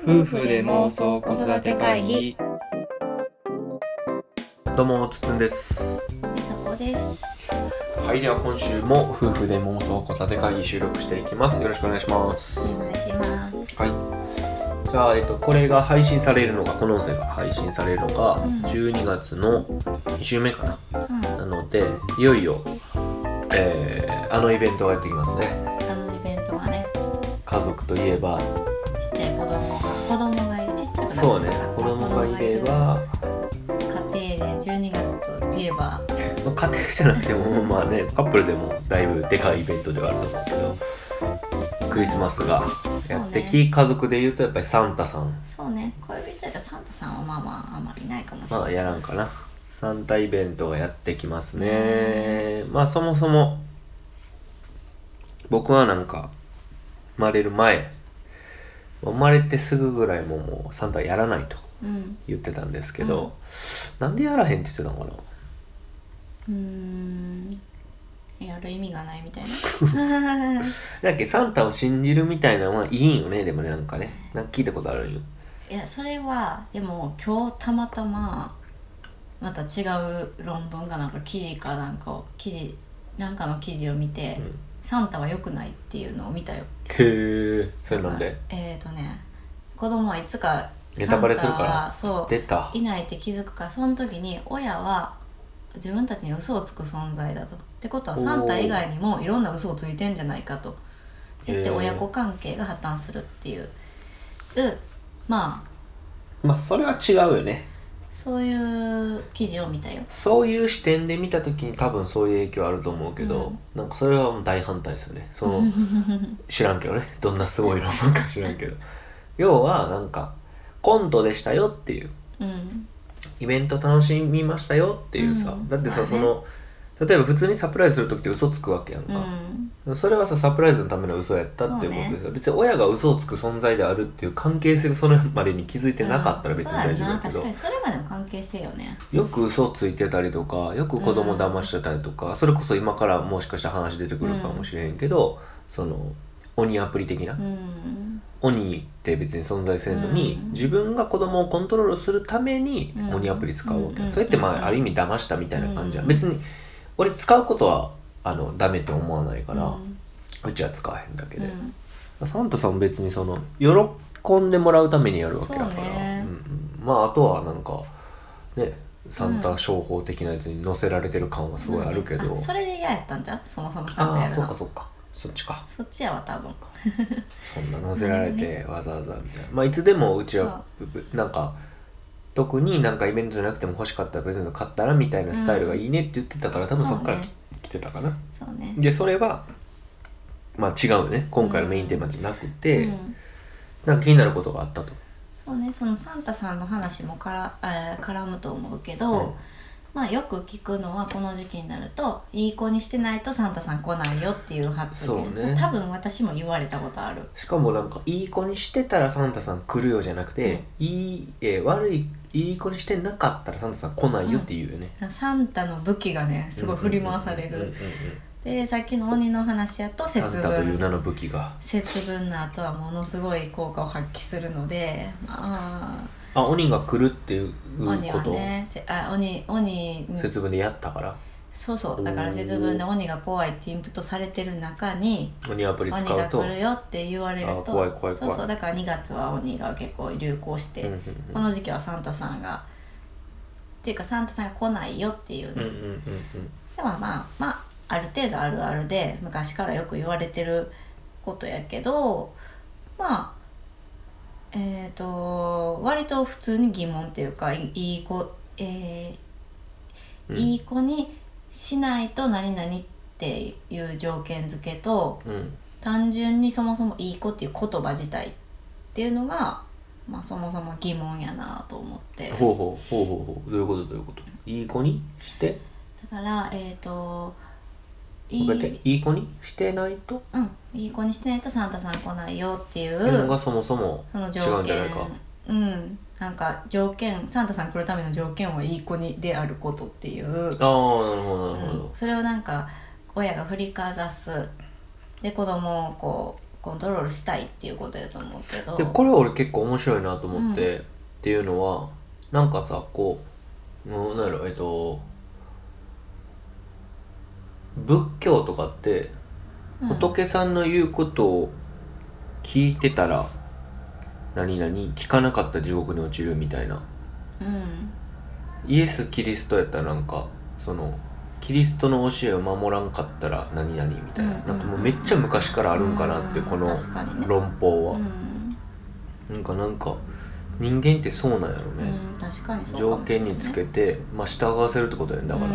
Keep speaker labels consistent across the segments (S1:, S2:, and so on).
S1: 夫婦で妄想子育て会議。
S2: どうもつつんです。
S1: みさこです。
S2: はい、では今週も夫婦で妄想子育て会議収録していきます。よろしくお願いします。
S1: お願いします。
S2: はい。じゃあ、これが配信されるのが、この音声が配信されるのが12月の2週目かな、なのでいよいよ、あのイベントがやってきますね。
S1: あのイベントがね、
S2: 家族といえば
S1: ちっちゃい子供がちっちゃくなって、
S2: そうね、子供がいれば
S1: 家庭で12月といえば、
S2: 家庭じゃなくてもまあね、カップルでもだいぶでかいイベントではあると思うけど、クリスマスがやってき、家族でいうとやっぱりサンタさん。
S1: そうね、恋人やったらサンタさんはまああまりいないかもしれない。
S2: まあやらんかな。サンタイベントがやってきますね。まあそもそも僕はなんか生まれる前、生まれてすぐぐらいもうサンタやらないと言ってたんですけど、なんでやらへんって言ってたのかな。
S1: やる意味がないみたいな。
S2: だっけ、サンタを信じるみたいなのはいいんよね。でもね、なんかね、なんか聞いたことあるんよ。
S1: いや、それはでも今日たまたままた違う論文かなんか記事なんかの記事を見て、サンタは良くないっていうのを見たよ。
S2: へえ、それなんで？
S1: 子供はいつか
S2: ネタバレするから
S1: サンタはそう
S2: 出た
S1: いないって気づくから、その時に親は自分たちに嘘をつく存在だと。ってことはサンタ以外にもいろんな嘘をついてんじゃないかと言って、親子関係が破綻するっていう、ま
S2: あそれは違うよね。
S1: そういう記事を見たよ。
S2: そういう視点で見た時に多分そういう影響あると思うけど、なんかそれはもう大反対ですよね。知らんけどね、どんなすごい論文か知らんけど要はなんかコントでしたよっていう、イベント楽しみましたよっていうさ、だってさ、例えば普通にサプライズする時って嘘つくわけやんか、それはさ、サプライズのための嘘やったっていうことでさ、別に親が嘘をつく存在であるっていう関係性、それまでに気づいてなかったら別に大丈夫だけど、
S1: 確かにそれまでの関係性よね。
S2: よく嘘ついてたりとか、よく子供騙してたりとか、それこそ今からもしかしたら話出てくるかもしれへんけど、その鬼アプリ的な、鬼って別に存在せんのに、自分が子供をコントロールするために鬼アプリ使うわけ、それってある意味騙したみたいな感じや、別に俺使うことはダメって思わないから、うちは使わへんだけで、サンタさん別に喜んでもらうためにやるわけだから、あとはなんかね、サンタ商法的なやつに載せられてる感はすごいあるけど、
S1: それで嫌やったんじゃん、そもそもサンタやるの。
S2: そうかそっちか。
S1: そっちやわ多分
S2: そんな載せられてわざわざみたいな、いつでもうちはなんか特になんかイベントじゃなくても欲しかったらプレゼント買ったらみたいなスタイルがいいねって言ってたから、多分そっから来てたかな。
S1: そうね。
S2: でそれは違うよね、今回のメインテーマじゃなくて、なんか気になることがあったと。
S1: そうね、そのサンタさんの話も絡むと思うけど、よく聞くのはこの時期になると、いい子にしてないとサンタさん来ないよっていう発言。そうね、多分私も言われたことある。
S2: しかもなんかいい子にしてたらサンタさん来るよじゃなくて、いい子にしてなかったらサンタさん来ないよっていうよね、
S1: サンタの武器がねすごい振り回される。でさっきの鬼の話やと節分、
S2: サンタという名の武器が
S1: 節分の後はものすごい効果を発揮するので、
S2: 鬼が来るっていうことを、
S1: 鬼
S2: 節分でやったから、
S1: そうだから節分で鬼が怖いってインプットされてる中に
S2: 鬼アプリ使うと
S1: 鬼が来るよって言われると、
S2: 怖い
S1: そうだから2月は鬼が結構流行して、この時期はサンタさんがっていうかサンタさんが来ないよっていうの、でもある程度あるあるで昔からよく言われてることやけど、割と普通に疑問っていうか、いい子にしないと何々っていう条件付けと、単純にそもそもいい子っていう言葉自体っていうのが、そもそも疑問やなと思って。
S2: どういうこといい子にして、
S1: だから
S2: いい子にしてないと、
S1: いい子にしてないとサンタさん来ないよっていう
S2: のがそもそも違うんじゃないか。
S1: なんかサンタさん来るための条件はいい子にであることっていう。
S2: なるほど、
S1: それをなんか親が振りかざす。で子供をコントロールしたいっていうことだと思うけど。
S2: でこれは俺結構面白いなと思って、っていうのはなんかさこうなんやろ仏教とかって仏さんの言うことを聞いてたら何々聞かなかった地獄に落ちるみたいな、イエス・キリストやったらなんかそのキリストの教えを守らんかったら何々みたいな、なんかもうめっちゃ昔からあるんかなって、この論法は、なんか人間ってそうなんやろね、
S1: 確かにそうかもしれないね。
S2: 条件につけて、従わせるってことやんだから、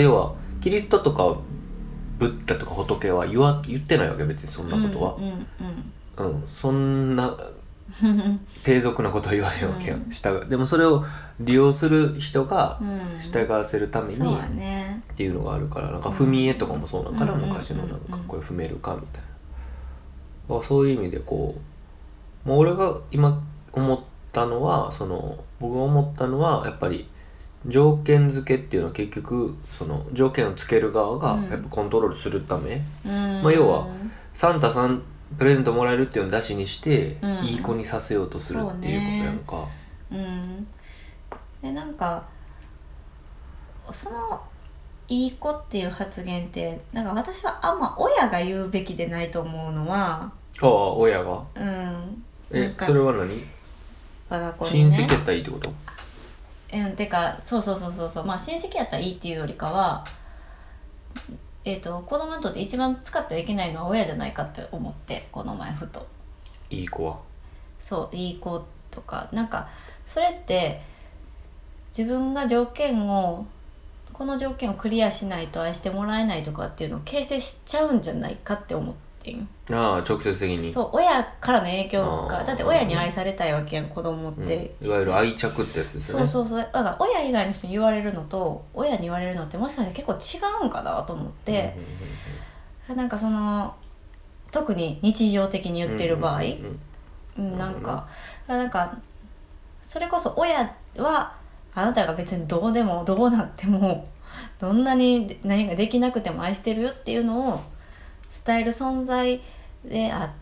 S2: 要はキリストとかブッダとか仏は言ってないわけ、別にそんなことは、そんな低俗なことは言わへんわけよ、でもそれを利用する人が従わせるためにっていうのがあるから、なんか踏み絵とかもそうなんかな、昔のなんかこれ踏めるかみたいな、そういう意味でこう、俺が今思ったのは僕が思ったのはやっぱり条件付けっていうのは結局その条件をつける側がやっぱコントロールするため、要はサンタさんプレゼントもらえるっていうのを出しにして、いい子にさせようとするっていうことやんか。
S1: でなんかそのいい子っていう発言ってなんか私はあんま親が言うべきでないと思うのは、
S2: 親がそれは何？
S1: 我が子にね、
S2: 親戚やったらいいってこと？
S1: てかそう親戚やったらいいっていうよりかは、子供にとって一番使ってはいけないのは親じゃないかって思って、この前ふと。
S2: いい子は？
S1: そういい子とかなんかそれって自分がこの条件をクリアしないと愛してもらえないとかっていうのを形成しちゃうんじゃないかって思ってん。
S2: 直接的に。
S1: そう親からの影響が、だって親に愛されたいわけやん、子供って、
S2: いわゆる愛着ってやつですよね。
S1: そうだから親以外の人に言われるのと親に言われるのってもしかして結構違うんかなと思って、なんか特に日常的に言ってる場合、なんかそれこそ親はあなたが別にどうなってもどんなに何ができなくても愛してるよっていうのを伝える存在であって、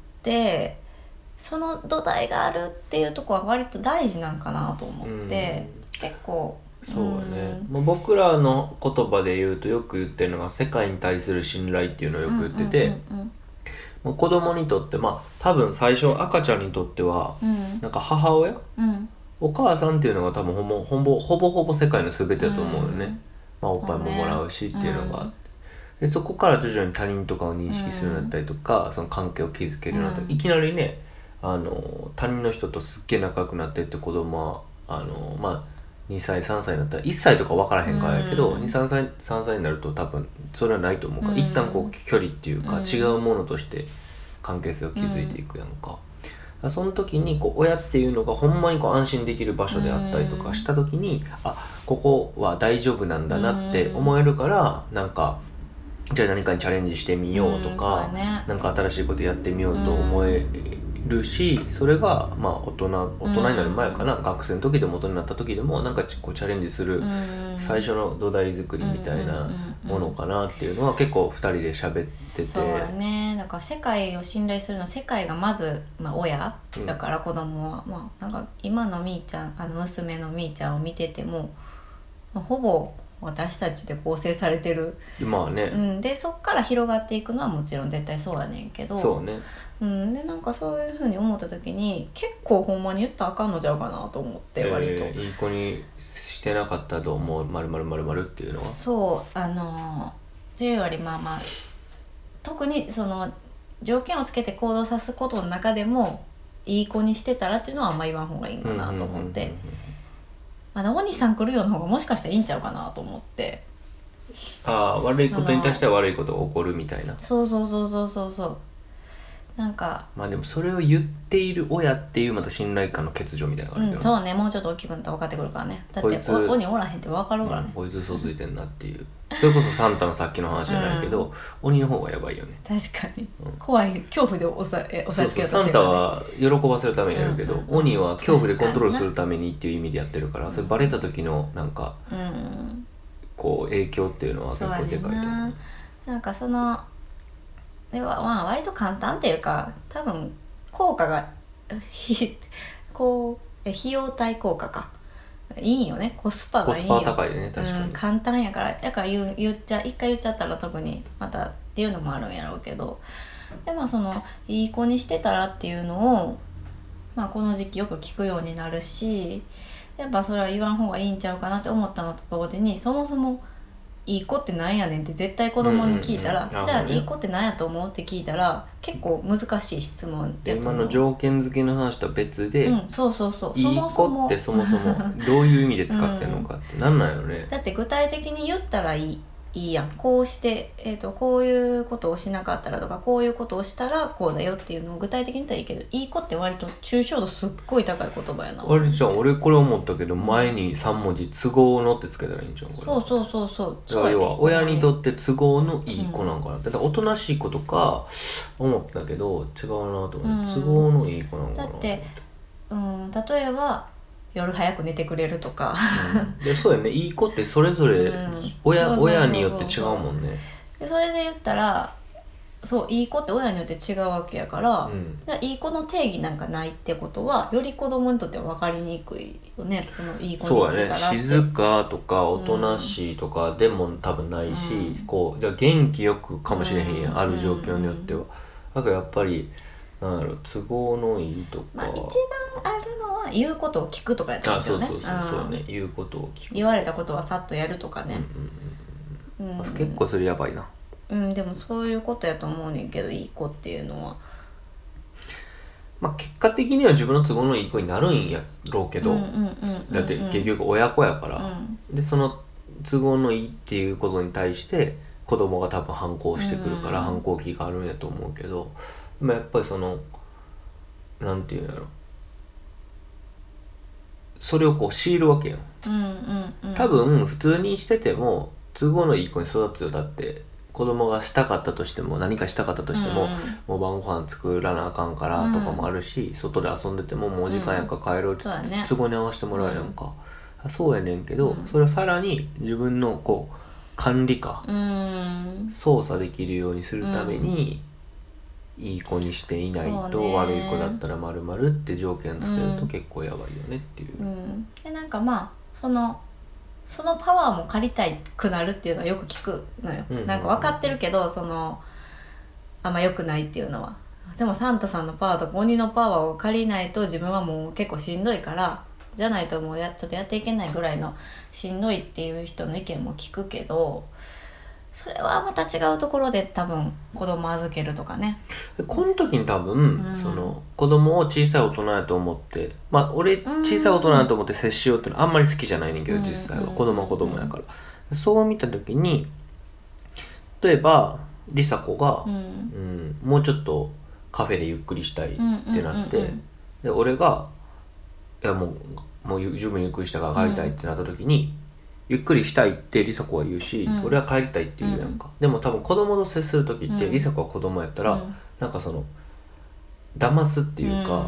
S1: その土台があるっていうところは割と大事なんかなと思って、結構
S2: そうね、僕らの言葉で言うとよく言ってるのが世界に対する信頼っていうのをよく言ってて、子供にとって多分最初赤ちゃんにとっては、なんか母親、お母さんっていうのが多分ほぼ世界の全てだと思うよね、おっぱいももらうしっていうのがあって、でそこから徐々に他人とかを認識するようになったりとか、その関係を築けるようになったり、いきなりね他人の人とすっげえ仲良くなってって子供は2歳3歳になったら、1歳とか分からへんからやけど、3歳になると多分それはないと思うから、一旦こう距離っていうか、違うものとして関係性を築いていくやんか。その時に親っていうのがほんまに安心できる場所であったりとかした時に、ここは大丈夫なんだなって思えるから、なんかじゃあ何かにチャレンジしてみようとか、なんか新しいことやってみようと思えるし、それが大人になる前かな、学生の時でも大人になった時でもなんかチャレンジする最初の土台作りみたいなものかなっていうのは結構2人で喋ってて、
S1: そうだね。だから世界を信頼するの、世界がまず、親だから子供は、なんか今のみーちゃん娘のみーちゃんを見てても、ほぼ私たちで構成されてる、でそっから広がっていくのはもちろん絶対そうやねんけど、
S2: そうね、
S1: でなんかそういう風に思った時に結構ほんまに言ったらあかんのちゃうかなと思って、割と
S2: いい子にしてなかったと思う〇〇〇〇っていうのは、
S1: そうっていうより特にその条件をつけて行動さすことの中でもいい子にしてたらっていうのはあんま言わん方がいいんかなと思って、お兄さん来るよの方がもしかしたらいいんちゃうかなと思って、
S2: 悪いことに対しては悪いことが起こるみたいな、
S1: そうなんか
S2: でもそれを言っている親っていうまた信頼感の欠如みたいな感じ、
S1: そうね、もうちょっと大きくなったら分かってくるからね。だって鬼おらへんって分かるからね、
S2: こいつ嘘ついてんなっていうそれこそサンタのさっきの話じゃないけど、鬼の方がやばいよね。
S1: 確かに、怖い恐怖で抑えつけようとしてるからね。
S2: サンタは喜ばせるためにやるけど、鬼は恐怖でコントロールするためにっていう意味でやってるから、それバレた時のなんか、影響っていうのは結構でかいと思う。
S1: なんかではまあ割と簡単っていうか多分効果が費用対効果かいいんよね。コスパがいいよ。
S2: コスパ高いよね確かに、
S1: 簡単やからだから一回言っちゃったら特にまたっていうのもあるんやろうけど、でまあそのいい子にしてたらっていうのを、まあ、この時期よく聞くようになるし、やっぱそれは言わん方がいいんちゃうかなって思ったのと同時に、そもそもいい子ってなんやねんって絶対子供に聞いたら、じゃあいい子ってなんやと思うって聞いたら結構難しい質問
S2: やと思う。今の条件付けの話とは別で、
S1: そうそうそう、
S2: いい子ってそもそもどういう意味で使ってるのかってなんなんやろね。
S1: だって具体的に言ったらいいやん。こうして、こういうことをしなかったらとかこういうことをしたらこうだよっていうのを具体的に言ったらいいけど、いい子って割と抽象度すっごい高い言葉やな。
S2: あれじゃん、俺これ思ったけど、前に3文字都合のってつけたらいいんじゃんこれ。
S1: そう
S2: 要は親にとって都合のいい子なんかなって、だからおとなしい子とか思ったけど違うなと思って、都合のいい子なんかな
S1: だって、例えば夜早く寝てくれるとか、
S2: でそうやね、いい子ってそれぞれ親によって違うもんね。
S1: でそれで言ったらそういい子って親によって違うわけやから、じゃあいい子の定義なんかないってことはより子供にとっては分かりにくいよね。そのいい子にしてたらって。
S2: そうやね、静かとかおとなしいとかでも多分ないし、こうじゃあ元気よくかもしれへんやん、ある状況によっては。だからやっぱりなんやろ、都合のいいとか、
S1: まあ、一番あるのは言うことを聞くとかやったんですよね。
S2: そうね、言うことを聞く、
S1: 言われたことはさっとやるとかね。
S2: 結構それやばいな。
S1: でもそういうことやと思うねんけど、いい子っていうのは
S2: まあ結果的には自分の都合のいい子になるんやろうけど、だって結局親子やから、でその都合のいいっていうことに対して子供が多分反抗してくるから、反抗期があるんやと思うけど、でもやっぱりそのなんていうんやろ、それをこう強いるわけよ。多分普通にしてても都合のいい子に育つよ。だって子供がしたかったとしても、何かしたかったとしても、もう晩ご飯作らなあかんからとかもあるし、外で遊んでてももう時間やから帰ろうって都合に合わせてもらうやんか、そうやねんけど、それをさらに自分のこう管理下、操作できるようにするために、いい子にしていないと、悪い子だったら〇〇って条件つけると結構やばいよねっていう、
S1: でなんかまあそのパワーも借りたくなるっていうのはよく聞くのよ、なんか分かってるけど、そのあんま良くないっていうのは。でもサンタさんのパワーとか鬼のパワーを借りないと自分はもう結構しんどいから、じゃないともうちょっとやっていけないぐらいのしんどいっていう人の意見も聞くけど、それはまた違うところで多分子供預けるとかね。
S2: この時に多分、その子供を小さい大人やと思って、まあ俺小さい大人やと思って接しようっていうのはあんまり好きじゃないねんけど、実際は子供は子供やから、そう見た時に例えば梨紗子が、もうちょっとカフェでゆっくりしたいってなって、で俺がいやもう十分ゆっくりしたから帰りたいってなった時に、ゆっくりしたいって梨紗子は言うし、俺は帰りたいって言うやんか、でも多分子供と接する時って、梨紗子は子供やったら、なんかその騙すっていうか、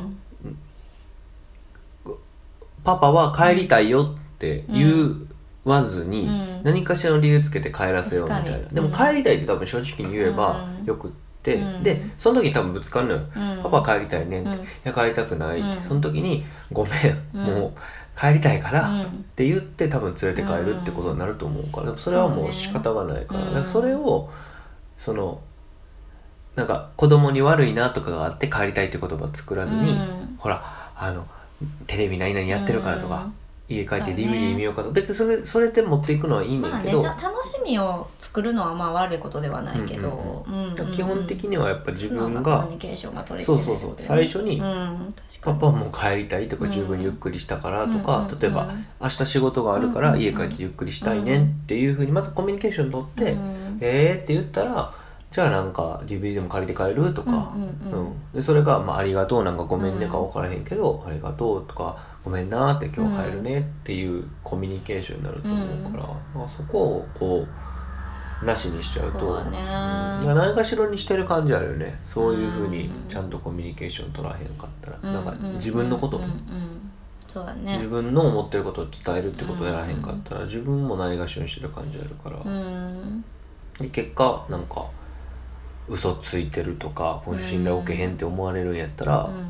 S2: パパは帰りたいよって言わずに、何かしらの理由つけて帰らせようみたいな。でも帰りたいって多分正直に言えばよくって、でその時に多分ぶつかるのよ、パパは帰りたいねんって、いや帰りたくないって、その時にごめん、もう帰りたいからって言って多分連れて帰るってことになると思うから、でもそれはもう仕方がないから、だからそれをそのなんか子供に悪いなとかがあって帰りたいって言葉を作らずに、ほらテレビ何々やってるからとか、家帰って DVD 見ようかとか、別にそれで持っていくのはいいんだけど、
S1: 楽しみを作るのはまあ悪いことではないけど、
S2: 基本的にはやっぱ自分が
S1: コミュニケーションが取れてる、
S2: そう最初に、パパはもう帰りたいとか、十分ゆっくりしたからとか、例えば明日仕事があるから家帰ってゆっくりしたいねんっていうふうにまずコミュニケーション取って、って言ったら、じゃあなんか DVD でも借りて帰るとか、でそれが、まあ、ありがとうなんかごめんねか分からへんけど、ありがとうとかごめんなって今日帰るねっていうコミュニケーションになると思うから、まあ、そこをこうなしにしちゃうと、ないがしろにしてる感じあるよね。そういうふうにちゃんとコミュニケーション取らへんかったら、なんか自分のことも、
S1: そうだね、
S2: 自分の思ってることを伝えるってことをやらへんかったら、自分もないがしろにしてる感じあるから、で結果なんか嘘ついてるとかこの信頼を受けへんって思われるんやったら、
S1: うん、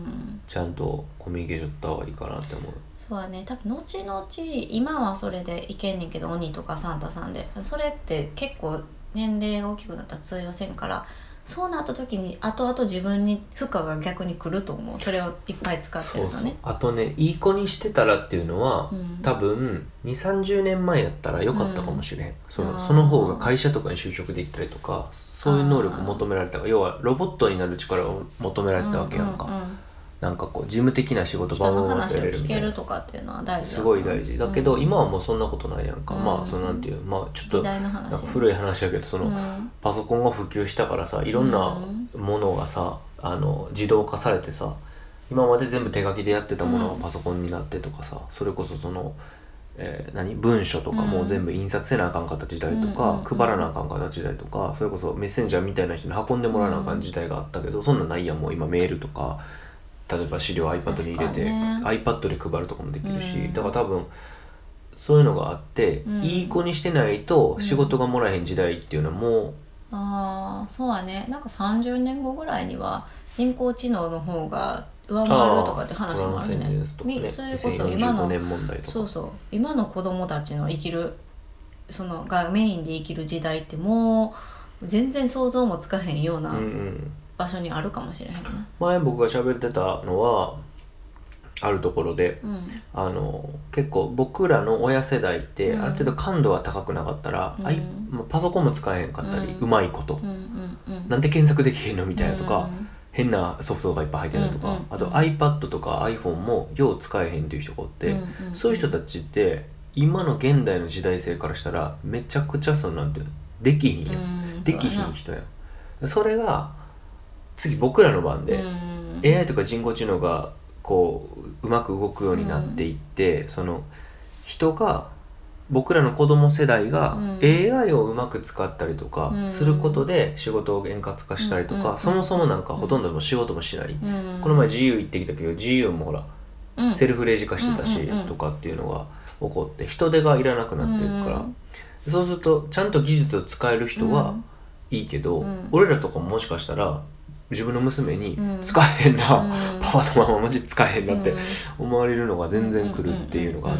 S2: ちゃんとコミュニケーション取った方がいいかなって思う。
S1: そうだね、多分後々今はそれでいけんねんけど、鬼とかサンタさんでそれって結構年齢が大きくなったら通用せんから、そうなった時に後々自分に負荷が逆に来ると思う。それをいっぱい使ってるのね。
S2: そうそう。あとね、いい子にしてたらっていうのは、
S1: うん、
S2: 多分2、30年前やったらよかったかもしれん、その方が会社とかに就職できたりとか、そういう能力求められたから、要はロボットになる力を求められたわけやんか、なんかこう事務的な仕事
S1: 人の話を聞けるとかっていうのは大事だ、
S2: すごい大事だけど、今はもうそんなことないやんか、まあそのなんていう、まあちょっとなんか古い話やけど、その、パソコンが普及したからさ、いろんなものがさ、自動化されてさ、今まで全部手書きでやってたものがパソコンになってとかさ、それこそその、文書とかも全部印刷せなあかんかった時代とか、配らなあかんかった時代とか、それこそメッセンジャーみたいな人に運んでもらわなあかん時代があったけど、そんなんないやん。もう今メールとか例えば資料 iPad に入れて、iPad で配るとかもできるし、だから多分そういうのがあって、いい子にしてないと仕事がもらえへん時代っていうのはも
S1: う、そうやね。なんか30年後ぐらいには人工知能の方が上回るとかって話もあるね。それこそ今のそうそう、今の子供たちの生きるそのがメインで生きる時代ってもう全然想像もつかへんような場所にあるかもしれへんな。
S2: 前僕が喋ってたのはあるところで、結構僕らの親世代ってある程度感度が高くなかったら、パソコンも使えへんかったり、うまいこと、なんで検索できへんのみたいなとか、変なソフトがいっぱい入ってたりとか、あと iPad とか iPhone もよう使えへんっていう人がおって、そういう人たちって今の現代の時代性からしたらめちゃくちゃそのなんていうのできひんやん、できひん人やん。それが次僕らの番で、AI とか人工知能がこううまく動くようになっていって、その人が僕らの子供世代が AI をうまく使ったりとかすることで仕事を円滑化したりとか、そもそもなんかほとんども仕事もしない、この前 GU 行ってきたけど GU もほら、セルフレジ化してたし、とかっていうのが起こって人手がいらなくなってるから、そうするとちゃんと技術を使える人はいいけど、俺らとかももしかしたら自分の娘に使えへんな、パパとマママジ使えへんなって思われるのが全然来るっていうのがあって、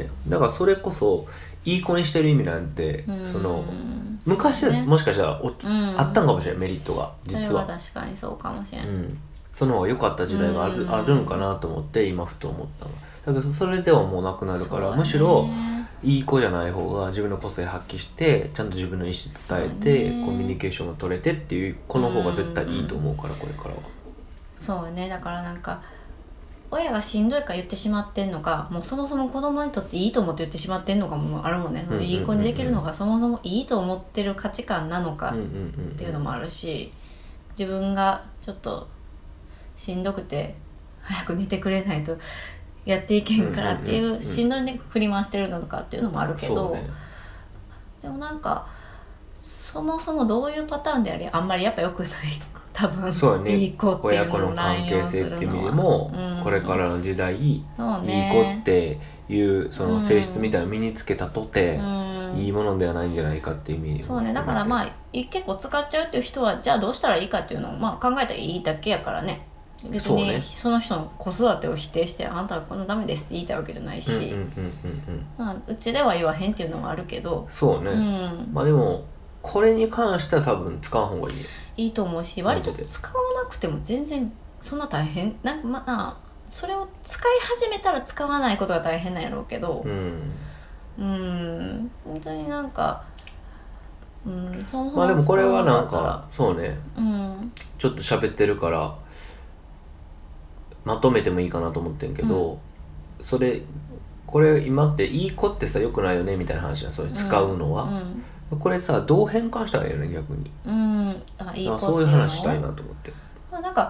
S2: だからそれこそいい子にしてる意味なんて、その昔はもしかしたらあったんかもしれない、メリットが実は。それ
S1: は確かにそうかもしれない、
S2: その方が良かった時代があるんかなと思って今ふと思ったの。だけどそれではもうなくなるから、むしろいい子じゃない方が自分の個性発揮してちゃんと自分の意思伝えてコミュニケーションを取れてっていう子の方が絶対いいと思うから、これからは。
S1: そうね。だからなんか親がしんどいから言ってしまってんのか、もうそもそも子供にとっていいと思って言ってしまってんのかもあるもんね。そのいい子にできるのがそもそもいいと思ってる価値観なのかっていうのもあるし、自分がちょっとしんどくて早く寝てくれないとやっていけんからっていうしんどいで振り回してるのかっていうのもあるけど、でもなんかそもそもどういうパターンであれあんまりやっぱ良くない多分。
S2: そうね、
S1: いい子っていうのを乱用するのは、親子の関係性っていう意味でも、これからの時代、いい子っていうその性質みたいなのを身につけたとて、いいものではないんじゃないかっていう意味で。 そうね。だからまあ結構使っちゃうっていう人はじゃあどうしたらいいかっていうのをまあ考えたらいいだけやからね。別にその人の子育てを否定してあんたはこんなダメですって言いたいわけじゃないし、うちでは言わへんっていうのはあるけど。
S2: そうね、まあでもこれに関しては多分使う方がいい
S1: いいと思うし、割と使わなくても全然そんな大変なんか、まあそれを使い始めたら使わないことが大変なんやろうけど、本当になんか
S2: まあでもこれはなんかそうね、ちょっと喋ってるからまとめてもいいかなと思ってんけど、これ今っていい子ってさ良くないよねみたいな話だ、それ使うのは、これさどう変換したらいいよね逆に。
S1: いい子っていうの
S2: そういう話したいなと思って。
S1: なんか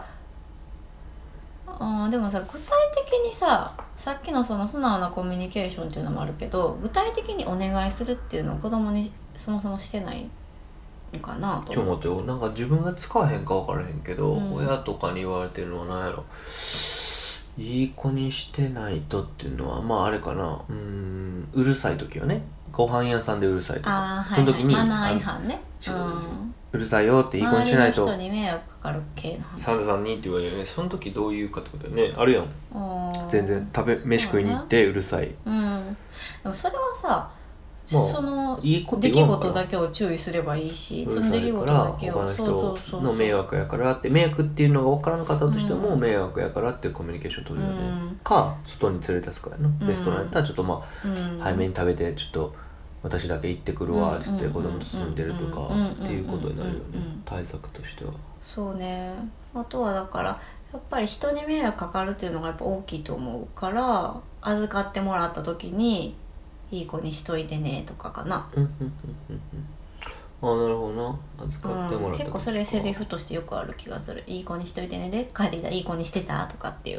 S1: でもさ、具体的にさっきのその素直なコミュニケーションっていうのもあるけど、具体的にお願いするっていうのを子供にそもそもしてないのかなと。
S2: ちょっと待ってよ、なんか自分が使わへんか分からへんけど、親とかに言われてるのは何やろ、いい子にしてないとっていうのはまああれかな、うるさい時はね、ご飯屋さんでうるさいとか、その時に
S1: マナー違反ね。
S2: うるさいよっていい子にしないと
S1: 周りの人に迷惑かかる系の話。
S2: サンタさんにって言われるね。その時どういうかってことだよね。あるやん。全然飯食いに行ってうるさい。
S1: うん。でもそれはさ、
S2: まあ
S1: その
S2: いいこと
S1: 出来
S2: 言わんから
S1: 事だけを注意すればいいし、
S2: うるさ
S1: その出来
S2: いから
S1: 事だけを
S2: 他の
S1: そう
S2: 人の迷惑やからって迷惑っていうのが分からなかったとしても、迷惑やからっていうコミュニケーション取るよね、か外に連れ出すからやな、レストランやったらちょっとまあ、早めに食べてちょっと私だけ行ってくるわっつって子供と住んでるとかっていうことになるよね、対策としては。
S1: そうね。あとはだからやっぱり人に迷惑かかるっていうのがやっぱ大きいと思うから、預かってもらった時にいい子にしといてねとかかな。
S2: ああ、なるほどな。預かってもらった時
S1: 結構それセリフとしてよくある気がする。いい子にしといてねで帰ってきたらいい子にしてたとかっていう。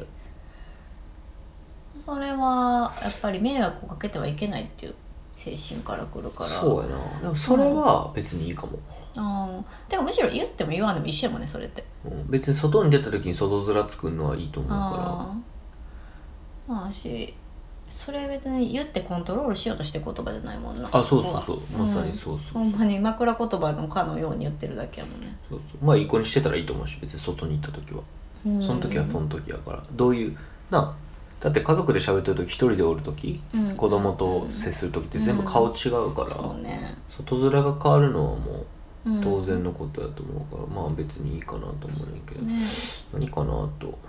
S1: それはやっぱり迷惑をかけてはいけないっていう精神からくるから。
S2: そうやな。でもそれは別にいいかも。
S1: てかむしろ言っても言わんでも一緒やもんね、それって。
S2: 別に外に出た時に外面作るのはいいと思うか
S1: ら。まあそれ別に言ってコントロールしようとして言葉じゃないもんな。
S2: そうそうそう、まさにそうそう。
S1: ほんまに枕言葉のかのように言ってるだけやもんね。
S2: そうそう、まあいい子にしてたらいいと思うし、別に外に行った時は、その時はその時やから。どういうだって家族で喋ってる時、一人でおる時、子供と接する時って全部顔違うから、
S1: そうね、
S2: 外面が変わるのはもう当然のことやと思うから、まあ別にいいかなと思うんやけど、何かなと。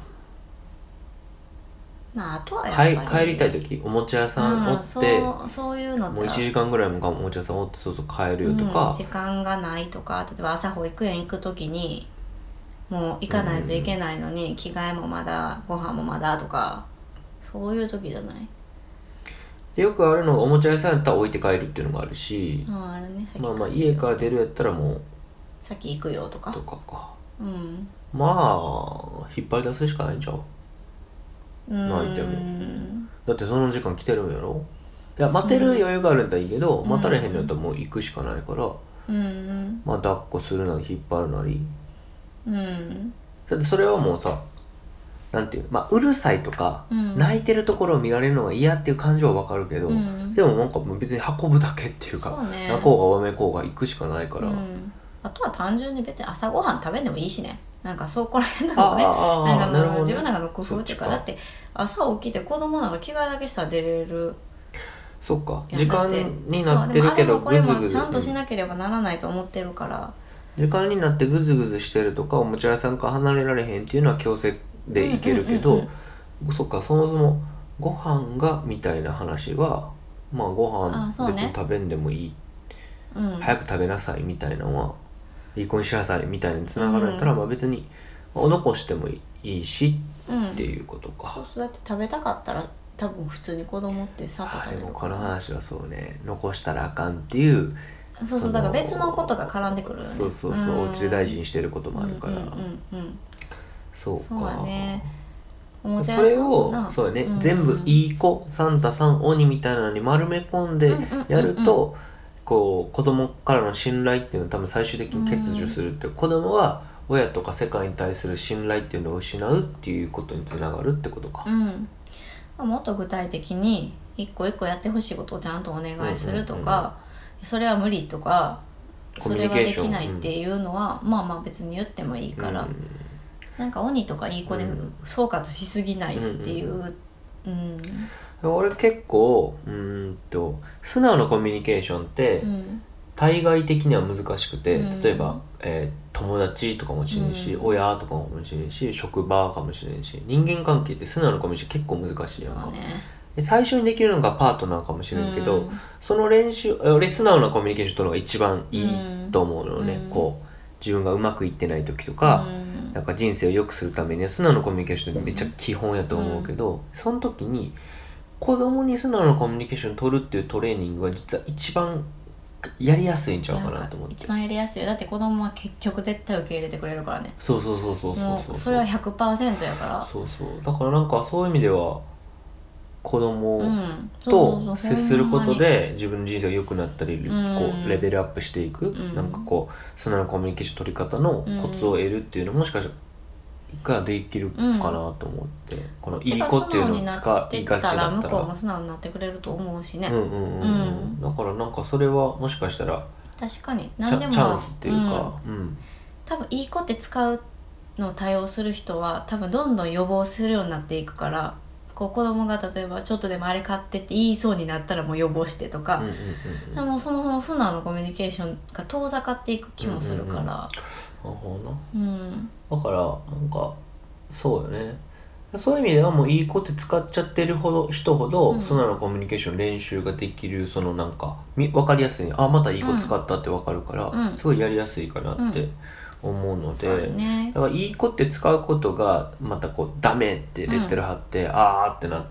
S1: まあ、あとはやっぱり
S2: 帰りたい時、おもちゃ屋さんおって、
S1: そういうの
S2: もう1時間ぐらいもおもちゃ屋さんおって、そうそう帰るよとか、
S1: 時間がないとか、例えば朝保育園行く時にもう行かないといけないのに、着替えもまだご飯もまだとか、そういう時じゃない。
S2: でよくあるのが、おもちゃ屋さんやったら置いて帰るっていうのがあるし、
S1: あるね、
S2: まあ家から出るやったらもう
S1: 先行くよとか
S2: か、まあ引っ張り出すしかないんちゃう。泣いてもだってその時間来てるんやろ。いや待てる余裕があるんだったらいいけど、待たれへんのやったらもう行くしかないから、まあ抱っこするなり引っ張るなり、だってそれはもうさ、なんていう、まあうるさいとか、泣いてるところを見られるのが嫌っていう感情はわかるけど、でもなんか別に運ぶだけっていうか、泣こうがわめこうが行くしかないから、
S1: あとは単純に別に朝ごはん食べんでもいいしね。なんかそこら辺とかもね、なんか自分の中の工夫っていうか、だって朝起きて子供なんか着替えだけしたら出れる。
S2: そっか、時間になってるけど
S1: グズグズちゃんとしなければならないと思ってるから、
S2: 時間になってグズグズしてるとか、おもちゃ屋さんから離れられへんっていうのは強制でいけるけど、そっか、そもそもご飯がみたいな話は、まあご飯別に食べんでもいい、早く食べなさいみたいなのはいい子にしなさいみたいにつながるんやったら、まあ別に残してもいいしっていうことか。
S1: そうだって食べたかったら多分普通に子供ってさっと食べるから。
S2: でもこの話はそうね、残したらあかんっていう、
S1: そうだから別のことが絡んでくるよね。
S2: そう、お家で大事にしてることもあるから、そうか。
S1: そうだね。
S2: それをそうやね、全部いい子、サンタさん、鬼みたいなのに丸め込んでやると、こう子供からの信頼っていうのは多分最終的に欠如するって、子供は親とか世界に対する信頼っていうのを失うっていうことにつながるってことか。
S1: もっと具体的に一個一個やってほしいことをちゃんとお願いするとか、それは無理とか、それはできないっていうのは、まあまあ別に言ってもいいから、なんか鬼とかいい子で総括しすぎないっていう。
S2: 俺結構素直なコミュニケーションって対外的には難しくて、例えば、友達とかもしれんし、親とかもしれんし、職場かもしれんし、人間関係って素直なコミュニケーション結構難しいやんか。最初にできるのがパートナーかもしれんけど、その練習、俺素直なコミュニケーション取るのが一番いいと思うのね。こう自分がうまくいってない時とか、なんか人生を良くするためには素直なコミュニケーションってめっちゃ基本やと思うけど、その時に子供に素直なコミュニケーション取るっていうトレーニングは実は一番やりやすいんちゃうかなと思って。
S1: 一番やりやすいよ。だって子供は結局絶対受け入れてくれるからね。
S2: そうそ
S1: れは 100% やから。
S2: だからなんかそういう意味では子供と接することで自分の人生が良くなったり、こうレベルアップしていく、なんかこう素直なコミュニケーション取り方のコツを得るっていうのもしかしたらができるかなと思って、このいい子っていうのを使いがちだったら
S1: 向こうも素直になってくれると思うしね。
S2: だからなんかそれはもしかしたら
S1: 確かに
S2: チャンスっていうか、
S1: 多分いい子って使うのを多用する人は多分どんどん予防するようになっていくから、こう子供が例えばちょっとでもあれ買ってって言いそうになったらもう予防してとか、でもそもそも素直なコミュニケーションが遠ざかっていく気もするから、
S2: なるほどな、だからなんかそうよね。そういう意味ではもういい子って使っちゃってる人ほど素直なコミュニケーション練習ができる、そのなんか分かりやすい、あまたいい子使ったって分かるから、すごいやりやすいかなって思うので、だからいい子って使うことがまたこうダメってレッテル貼って、あーってなって、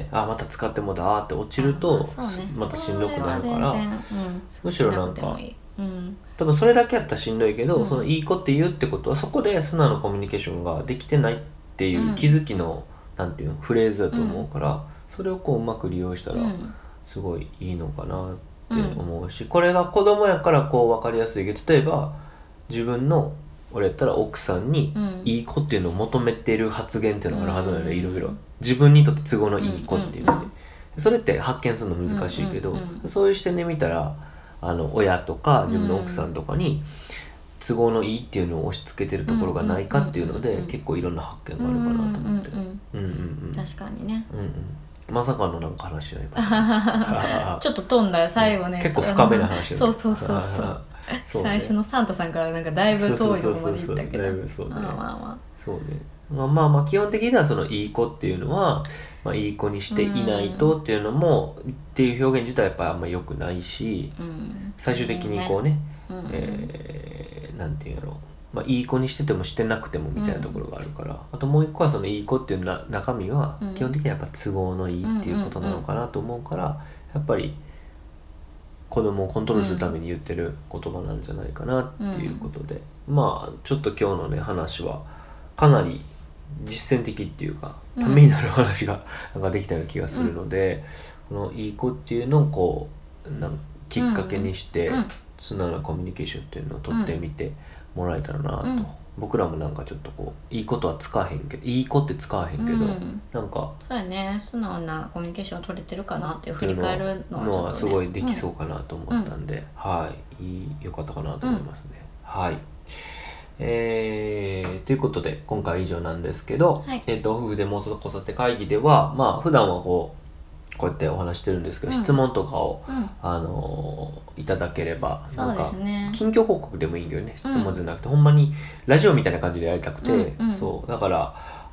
S2: あまた使ってもだーって落ちると、またしんどくなるから、むしろなんか多分それだけやったらしんどいけど、そのいい子って言うってことはそこで素直なコミュニケーションができてないっていう気づきの、なんていうのフレーズだと思うから、それをこううまく利用したらすごいいいのかなって思うし、これが子供やからこう分かりやすいけど、例えば自分の俺やったら奥さんにいい子っていうのを求めてる発言っていうのがあるはずなので、いろいろ自分にとって都合のいい子っていうので、それって発見するの難しいけど、そういう視点で見たら親とか自分の奥さんとかに都合のいいっていうのを押し付けてるところがないかっていうので、結構いろんな発見があるかなと思って、
S1: 確かにね、
S2: まさかのなんか話になりましたね
S1: ちょっと飛んだよ最後ね、
S2: 結構深めな話
S1: そう最初のサンタさんからなんかだいぶ遠いところまで行ったけど、
S2: そうね、まあ基本的にはそのいい子っていうのは、いい子にしていないとっていうのも、っていう表現自体はやっぱりあんまり良くないし、最終的にこうね、なんていうんやろう、いい子にしててもしてなくてもみたいなところがあるから、あともう一個はそのいい子っていう中身は基本的にはやっぱ都合のいいっていうことなのかなと思うから、やっぱり子供をコントロールするために言ってる言葉なんじゃないかなっていうことで、ちょっと今日のね話はかなり実践的っていうかためになる話がなんかできたような気がするので、このいい子っていうのをこうきっかけにして素直なコミュニケーションっていうのを取ってみてもらえたらなと、僕らもなんかちょっとこういいことは使わへんけど、いい子って使わへんけど、なんか
S1: そうやね、素直なコミュニケーションを取れてるかなって振り返るのは
S2: すごいできそうかなと思ったんで、よかったかなと思いますね。ということで今回は以上なんですけど、夫婦で妄想子育て会議では普段はこうやってお話してるんですけど、質問とかを、いただければ、なんか近況報告でもいいけどね、質問じゃなくて、ほんまにラジオみたいな感じでやりたくて、そうだから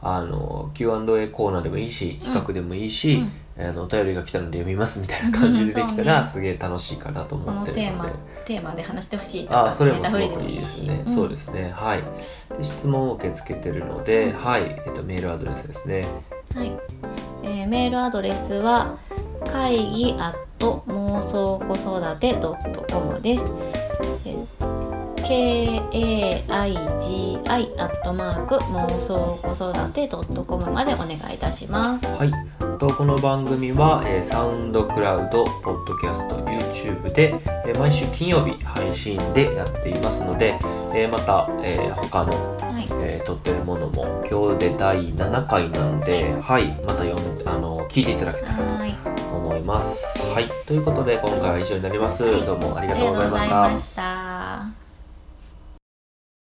S2: Q&A コーナーでもいいし企画でもいいし、お便りが来たので読みますみたいな感じでできたらすげえ楽しいかなと思ってるので、
S1: テーマで話してほしいとか、
S2: それもすごくいいですね。そうですね、で質問を受け付けてるので、メールアドレスですね。
S1: メールアドレスは会議妄想子育て.com です。kaigi 妄想子育て.com までお願いいたします。
S2: この番組は、サウンドクラウド、ポッドキャスト、YouTube で、毎週金曜日配信でやっていますので、また、他の、撮ってるものも今日で第7回なので、また聞いていただけたらと思います。ということで今回は以上になります。どうもありがとうございました。